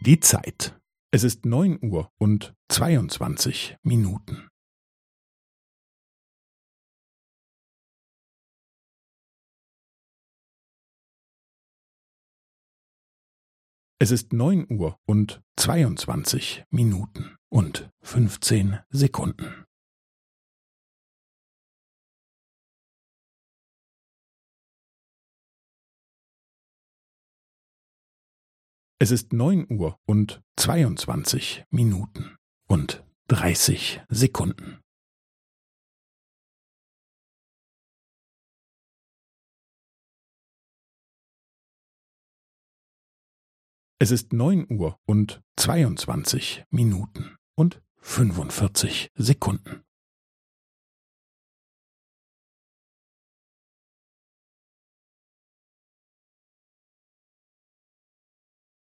Die Zeit. Es ist 9:22. Es ist 9:22 und 15 Sekunden. Es ist 9:22 und 30 Sekunden. Es ist 9:22 und 45 Sekunden.